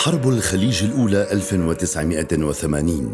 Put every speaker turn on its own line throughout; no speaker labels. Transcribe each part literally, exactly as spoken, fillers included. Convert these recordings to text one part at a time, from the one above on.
حرب الخليج الأولى ألف وتسعمائة وثمانين.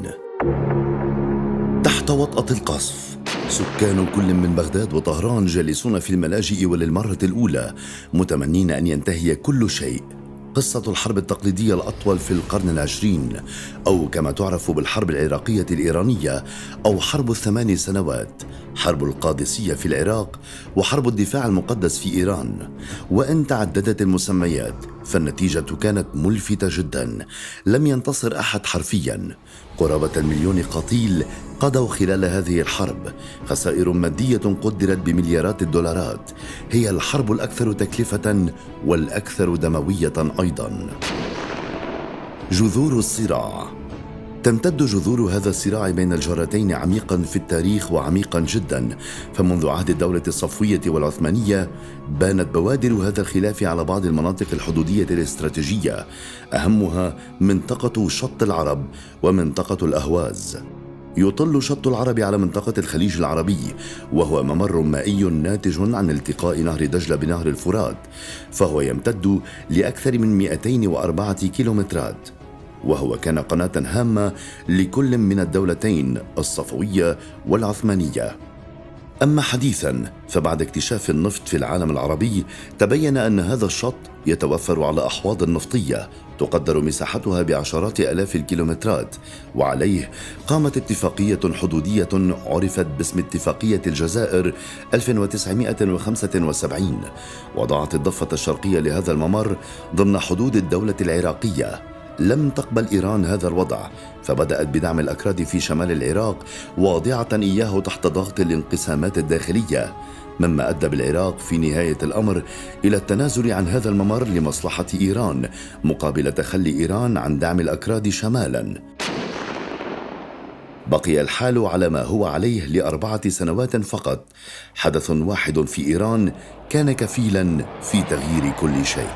تحت وطأة القصف سكان كل من بغداد وطهران جالسون في الملاجئ وللمرة الأولى متمنين أن ينتهي كل شيء. قصة الحرب التقليدية الأطول في القرن العشرين، أو كما تعرف بالحرب العراقية الإيرانية، أو حرب الثمان سنوات، حرب القادسية في العراق، وحرب الدفاع المقدس في إيران. وإن تعددت المسميات فالنتيجة كانت ملفتة جدا. لم ينتصر أحد حرفيا. قرابة المليون قتيل قضوا خلال هذه الحرب، خسائر مادية قدرت بمليارات الدولارات. هي الحرب الأكثر تكلفة والأكثر دموية أيضا. جذور الصراع. تمتد جذور هذا الصراع بين الجارتين عميقا في التاريخ وعميقا جدا، فمنذ عهد الدولة الصفوية والعثمانية بانت بوادر هذا الخلاف على بعض المناطق الحدودية الاستراتيجية، أهمها منطقة شط العرب ومنطقة الأهواز. يطل شط العرب على منطقة الخليج العربي، وهو ممر مائي ناتج عن التقاء نهر دجلة بنهر الفرات، فهو يمتد لأكثر من مئتين وأربعة كيلومترات، وهو كان قناة هامة لكل من الدولتين الصفوية والعثمانية. أما حديثاً فبعد اكتشاف النفط في العالم العربي تبين أن هذا الشط يتوفر على أحواض نفطية تقدر مساحتها بعشرات آلاف الكيلومترات، وعليه قامت اتفاقية حدودية عرفت باسم اتفاقية الجزائر ألف وتسعمائة وخمسة وسبعين، وضعت الضفة الشرقية لهذا الممر ضمن حدود الدولة العراقية. لم تقبل إيران هذا الوضع، فبدأت بدعم الأكراد في شمال العراق، واضعة إياه تحت ضغط الانقسامات الداخلية، مما أدى بالعراق في نهاية الأمر إلى التنازل عن هذا الممر لمصلحة إيران مقابل تخلي إيران عن دعم الأكراد شمالا. بقي الحال على ما هو عليه لأربعة سنوات فقط. حدث واحد في إيران كان كفيلا في تغيير كل شيء.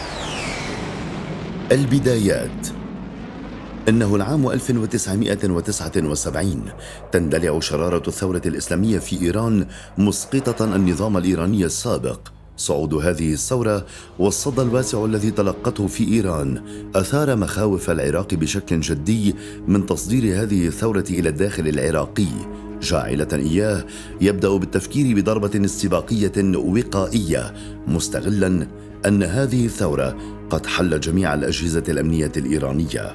البدايات. إنه العام ألف وتسعمائة وتسعة وسبعين. تندلع شرارة الثورة الإسلامية في إيران مسقطة النظام الإيراني السابق. صعود هذه الثورة والصدى الواسع الذي تلقته في إيران أثار مخاوف العراق بشكل جدي من تصدير هذه الثورة إلى الداخل العراقي، جاعلة إياه يبدأ بالتفكير بضربة استباقية وقائية، مستغلا أن هذه الثورة قد حل جميع الأجهزة الأمنية الإيرانية.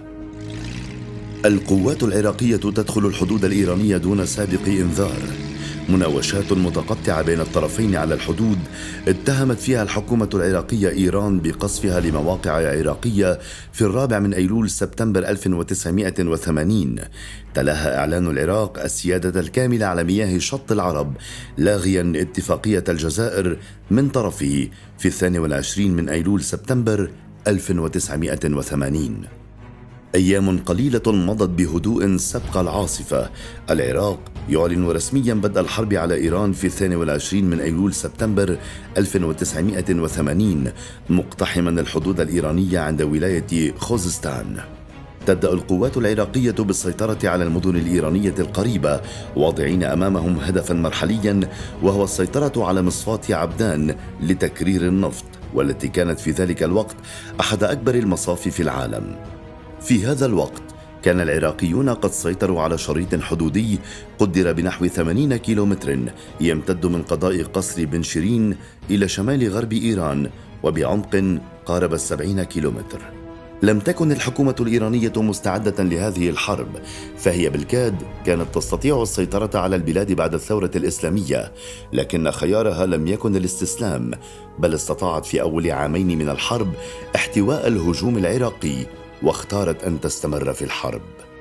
القوات العراقية تدخل الحدود الإيرانية دون سابق إنذار. مناوشات متقطعة بين الطرفين على الحدود اتهمت فيها الحكومة العراقية إيران بقصفها لمواقع عراقية في الرابع من أيلول سبتمبر ألف وتسعمائة وثمانين. تلاها إعلان العراق السيادة الكاملة على مياه شط العرب، لاغيا اتفاقية الجزائر من طرفه في الثاني والعشرين من أيلول سبتمبر ألف وتسعمائة وثمانين. أيام قليلة مضت بهدوء سبق العاصفة. العراق يعلن رسميا بدء الحرب على إيران في الثاني والعشرين من أيلول سبتمبر ألف وتسعمائة وثمانين، مقتحما الحدود الإيرانية عند ولاية خوزستان. تبدأ القوات العراقية بالسيطرة على المدن الإيرانية القريبة، واضعين أمامهم هدفا مرحليا، وهو السيطرة على مصفاة عبدان لتكرير النفط، والتي كانت في ذلك الوقت أحد أكبر المصافي في العالم. في هذا الوقت كان العراقيون قد سيطروا على شريط حدودي قدر بنحو ثمانين كيلومتر يمتد من قضاء قصر بن شيرين إلى شمال غرب إيران، وبعمق قارب السبعين كيلومتر. لم تكن الحكومة الإيرانية مستعدة لهذه الحرب، فهي بالكاد كانت تستطيع السيطرة على البلاد بعد الثورة الإسلامية، لكن خيارها لم يكن الاستسلام، بل استطاعت في أول عامين من الحرب احتواء الهجوم العراقي، واختارت أن تستمر في الحرب.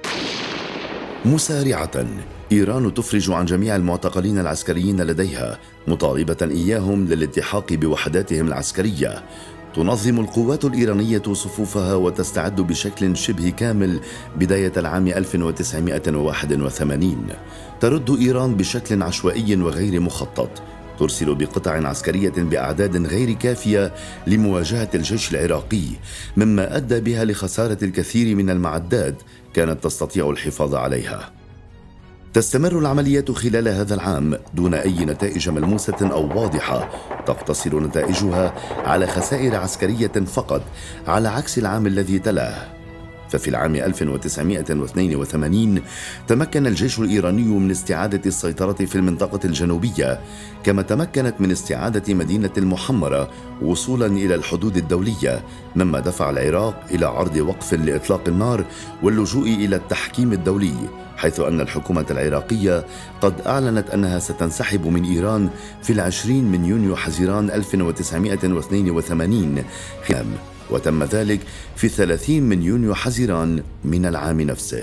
مسارعة، إيران تفرج عن جميع المعتقلين العسكريين لديها، مطالبة إياهم للالتحاق بوحداتهم العسكرية. تنظم القوات الإيرانية صفوفها وتستعد بشكل شبه كامل بداية العام ألف وتسعمائة وواحد وثمانين. ترد إيران بشكل عشوائي وغير مخطط، ترسل بقطع عسكرية بأعداد غير كافية لمواجهة الجيش العراقي، مما أدى بها لخسارة الكثير من المعدات كانت تستطيع الحفاظ عليها. تستمر العمليات خلال هذا العام دون أي نتائج ملموسة أو واضحة، تقتصر نتائجها على خسائر عسكرية فقط، على عكس العام الذي تلاه. ففي العام ألف وتسعمائة واثنين وثمانين تمكن الجيش الإيراني من استعادة السيطرة في المنطقة الجنوبية، كما تمكنت من استعادة مدينة المحمرة وصولا إلى الحدود الدولية، مما دفع العراق إلى عرض وقف لإطلاق النار واللجوء إلى التحكيم الدولي، حيث أن الحكومة العراقية قد أعلنت أنها ستنسحب من إيران في العشرين من يونيو حزيران ألف وتسعمائة واثنين وثمانين خام، وتم ذلك في الثلاثين من يونيو حزيران من العام نفسه.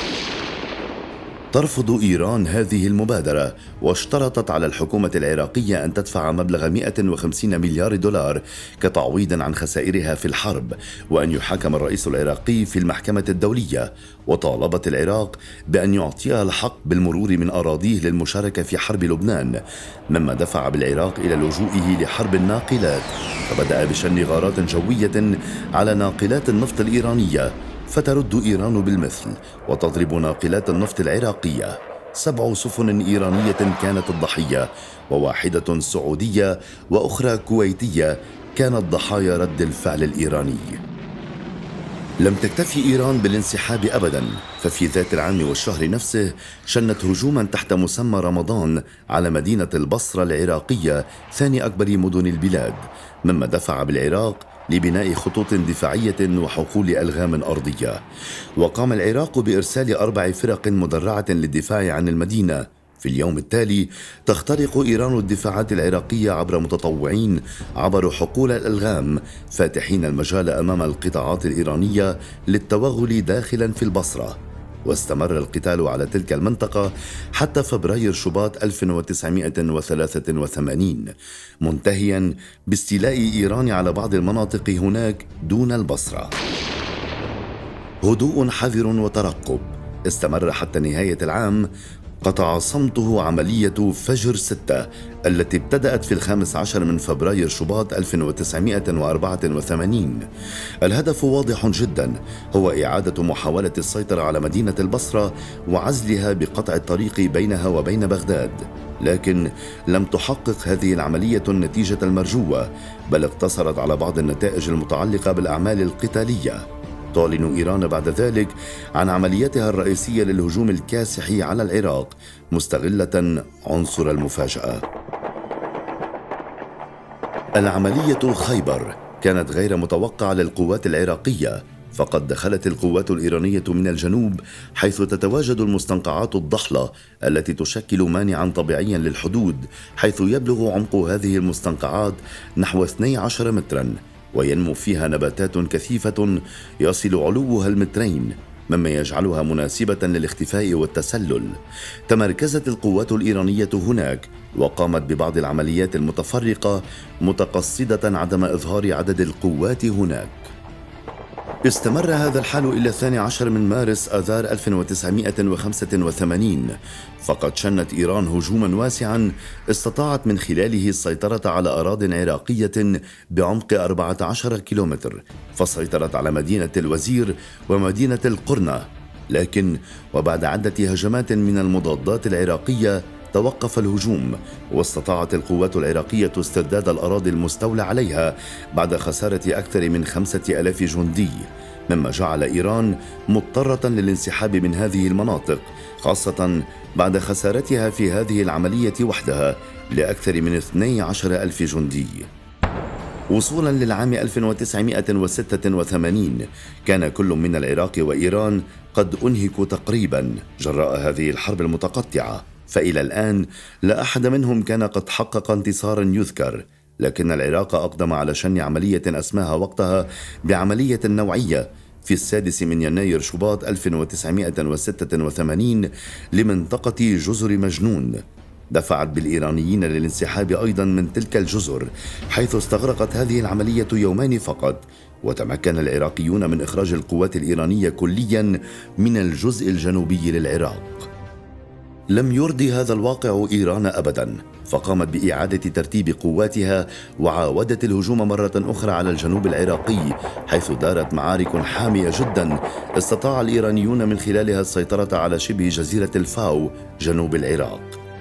ترفض إيران هذه المبادرة، واشترطت على الحكومة العراقية أن تدفع مبلغ مئة وخمسين مليار دولار كتعويض عن خسائرها في الحرب، وأن يحاكم الرئيس العراقي في المحكمة الدولية. وطالبت العراق بأن يعطيها الحق بالمرور من أراضيه للمشاركة في حرب لبنان، مما دفع بالعراق إلى لجوئه لحرب الناقلات، فبدأ بشن غارات جوية على ناقلات النفط الإيرانية، فترد إيران بالمثل وتضرب ناقلات النفط العراقية. سبع سفن إيرانية كانت الضحية، وواحدة سعودية وأخرى كويتية كانت ضحايا رد الفعل الإيراني. لم تكتفي إيران بالانسحاب أبدا، ففي ذات العام والشهر نفسه شنت هجوما تحت مسمى رمضان على مدينة البصرة العراقية ثاني أكبر مدن البلاد، مما دفع بالعراق لبناء خطوط دفاعية وحقول ألغام أرضية. وقام العراق بإرسال أربع فرق مدرعة للدفاع عن المدينة. في اليوم التالي تخترق إيران الدفاعات العراقية عبر متطوعين عبر حقول الألغام، فاتحين المجال أمام القطاعات الإيرانية للتوغل داخلا في البصرة. واستمر القتال على تلك المنطقة حتى فبراير شباط ألف وتسعمائة وثلاثة وثمانين، منتهيا باستيلاء إيران على بعض المناطق هناك دون البصرة. هدوء حذر وترقب استمر حتى نهاية العام، قطع صمته عملية فجر ستة التي ابتدأت في الخامس عشر من فبراير شباط ألف وتسعمائة وأربعة وثمانين. الهدف واضح جدا، هو إعادة محاولة السيطرة على مدينة البصرة وعزلها بقطع الطريق بينها وبين بغداد. لكن لم تحقق هذه العملية النتيجة المرجوة، بل اقتصرت على بعض النتائج المتعلقة بالأعمال القتالية. تعلن إيران بعد ذلك عن عمليتها الرئيسية للهجوم الكاسح على العراق، مستغلة عنصر المفاجأة. العملية خيبر كانت غير متوقعة للقوات العراقية، فقد دخلت القوات الإيرانية من الجنوب، حيث تتواجد المستنقعات الضحلة التي تشكل مانعا طبيعيا للحدود، حيث يبلغ عمق هذه المستنقعات نحو اثني عشر مترا، وينمو فيها نباتات كثيفة يصل علوها المترين، مما يجعلها مناسبة للاختفاء والتسلل. تمركزت القوات الإيرانية هناك وقامت ببعض العمليات المتفرقة، متقصدة عدم إظهار عدد القوات هناك. استمر هذا الحال إلى الثاني عشر من مارس آذار ألف وتسعمائة وخمسة وثمانين، فقد شنت إيران هجوما واسعا استطاعت من خلاله السيطرة على أراضٍ عراقية بعمق أربعة عشر كيلومتر، فسيطرت على مدينة الوزير ومدينة القرنة. لكن وبعد عدة هجمات من المضادات العراقية توقف الهجوم، واستطاعت القوات العراقية استرداد الأراضي المستولى عليها بعد خسارة أكثر من خمسة آلاف جندي، مما جعل إيران مضطرة للانسحاب من هذه المناطق، خاصة بعد خسارتها في هذه العملية وحدها لأكثر من اثني عشر ألف جندي. وصولا للعام ألف وتسعمائة وستة وثمانين كان كل من العراق وإيران قد أنهكوا تقريبا جراء هذه الحرب المتقطعة، فإلى الآن لا أحد منهم كان قد حقق انتصارا يذكر. لكن العراق أقدم على شن عملية أسماها وقتها بعملية نوعية في السادس من يناير شباط ألف وتسعمائة وستة وثمانين لمنطقة جزر مجنون، دفعت بالإيرانيين للانسحاب أيضا من تلك الجزر، حيث استغرقت هذه العملية يومين فقط، وتمكن العراقيون من إخراج القوات الإيرانية كليا من الجزء الجنوبي للعراق. لم يرضي هذا الواقع إيران أبدا، فقامت بإعادة ترتيب قواتها وعاودت الهجوم مرة أخرى على الجنوب العراقي، حيث دارت معارك حامية جدا استطاع الإيرانيون من خلالها السيطرة على شبه جزيرة الفاو جنوب العراق.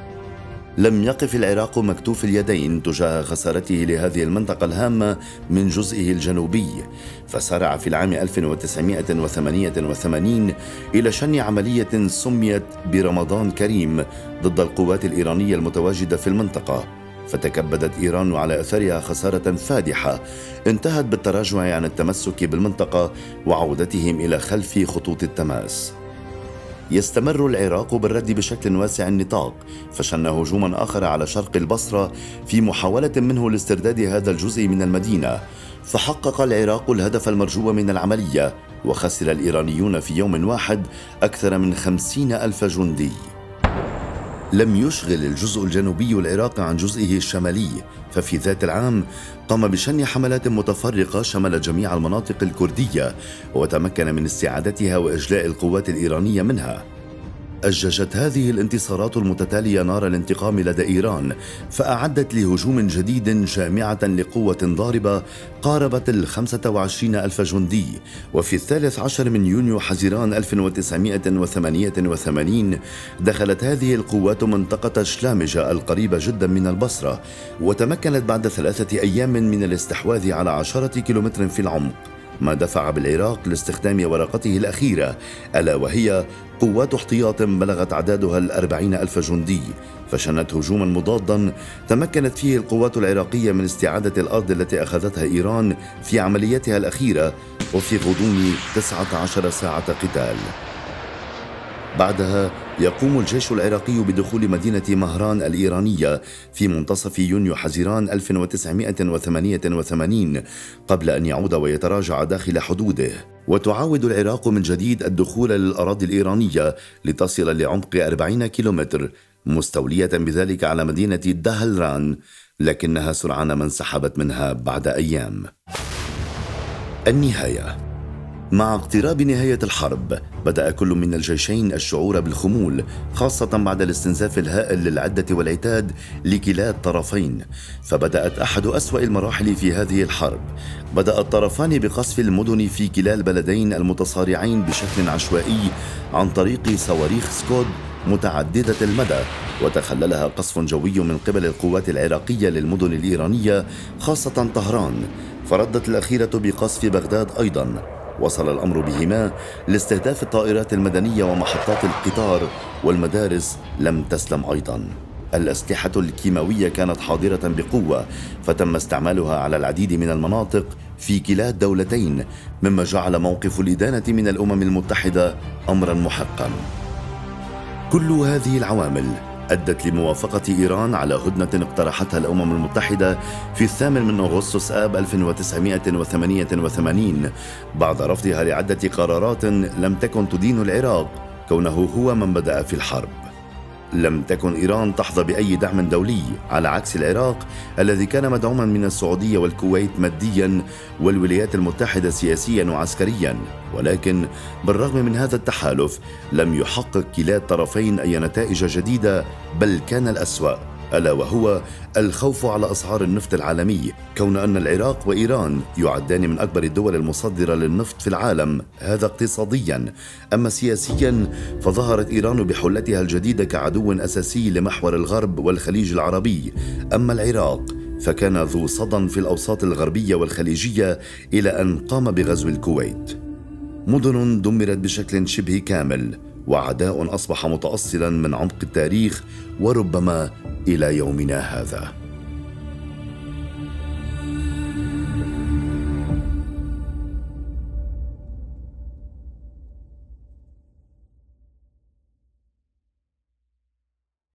لم يقف العراق مكتوف اليدين تجاه خسارته لهذه المنطقة الهامة من جزئه الجنوبي، فسارع في العام ألف وتسعمائة وثمانية وثمانين إلى شن عملية سميت برمضان كريم ضد القوات الإيرانية المتواجدة في المنطقة، فتكبدت إيران على أثرها خسارة فادحة انتهت بالتراجع عن التمسك بالمنطقة وعودتهم إلى خلف خطوط التماس. يستمر العراق بالرد بشكل واسع النطاق، فشن هجوما آخر على شرق البصرة في محاولة منه لاسترداد هذا الجزء من المدينة، فحقق العراق الهدف المرجو من العملية، وخسر الإيرانيون في يوم واحد أكثر من خمسين ألف جندي. لم يشغل الجزء الجنوبي العراق عن جزئه الشمالي، ففي ذات العام قام بشن حملات متفرقة شملت جميع المناطق الكردية وتمكن من استعادتها وإجلاء القوات الإيرانية منها. أججت هذه الانتصارات المتتالية نار الانتقام لدى إيران، فأعدت لهجوم جديد جامعة لقوة ضاربة قاربت الخمسة وعشرين ألف جندي. وفي الثالث عشر من يونيو حزيران ألف وتسعمائة وثمانية وثمانين دخلت هذه القوات منطقة شلامجة القريبة جدا من البصرة، وتمكنت بعد ثلاثة أيام من الاستحواذ على عشرة كيلومتر في العمق، ما دفع بالعراق لاستخدام ورقته الأخيرة، ألا وهي قوات احتياط بلغت عددها الأربعين ألف جندي، فشنت هجوما مضادا تمكنت فيه القوات العراقية من استعادة الأرض التي أخذتها إيران في عملياتها الأخيرة وفي غضون تسعة عشر ساعة قتال. بعدها يقوم الجيش العراقي بدخول مدينة مهران الإيرانية في منتصف يونيو حزيران ألف وتسعمائة وثمانية وثمانين قبل أن يعود ويتراجع داخل حدوده، وتعاود العراق من جديد الدخول للأراضي الإيرانية لتصل لعمق أربعين كيلومتر، مستولية بذلك على مدينة دهلران، لكنها سرعان ما انسحبت منها بعد أيام. النهاية. مع اقتراب نهاية الحرب بدأ كل من الجيشين الشعور بالخمول، خاصة بعد الاستنزاف الهائل للعدة والعتاد لكلا الطرفين، فبدأت أحد أسوأ المراحل في هذه الحرب. بدأ الطرفان بقصف المدن في كلا البلدين المتصارعين بشكل عشوائي عن طريق صواريخ سكود متعددة المدى، وتخللها قصف جوي من قبل القوات العراقية للمدن الإيرانية خاصة طهران، فردت الأخيرة بقصف بغداد أيضا. وصل الأمر بهما لاستهداف الطائرات المدنية ومحطات القطار، والمدارس لم تسلم أيضا. الأسلحة الكيماوية كانت حاضرة بقوة، فتم استعمالها على العديد من المناطق في كلا الدولتين، مما جعل موقف الإدانة من الأمم المتحدة أمرا محقا. كل هذه العوامل أدت لموافقة إيران على هدنة اقترحتها الأمم المتحدة في الثامن من أغسطس آب ألف وتسعمائة وثمانية وثمانين بعد رفضها لعدة قرارات لم تكن تدين العراق كونه هو من بدأ في الحرب. لم تكن إيران تحظى بأي دعم دولي على عكس العراق الذي كان مدعوما من السعودية والكويت ماديا والولايات المتحدة سياسيا وعسكريا، ولكن بالرغم من هذا التحالف لم يحقق كلا الطرفين أي نتائج جديدة، بل كان الأسوأ، ألا وهو الخوف على أسعار النفط العالمي، كون أن العراق وإيران يعدان من أكبر الدول المصدرة للنفط في العالم، هذا اقتصاديا. أما سياسيا فظهرت إيران بحلتها الجديدة كعدو أساسي لمحور الغرب والخليج العربي، أما العراق فكان ذو صدى في الأوساط الغربية والخليجية إلى أن قام بغزو الكويت. مدن دمرت بشكل شبه كامل، وعداء أصبح متأصلا من عمق التاريخ وربما إلى يومنا هذا.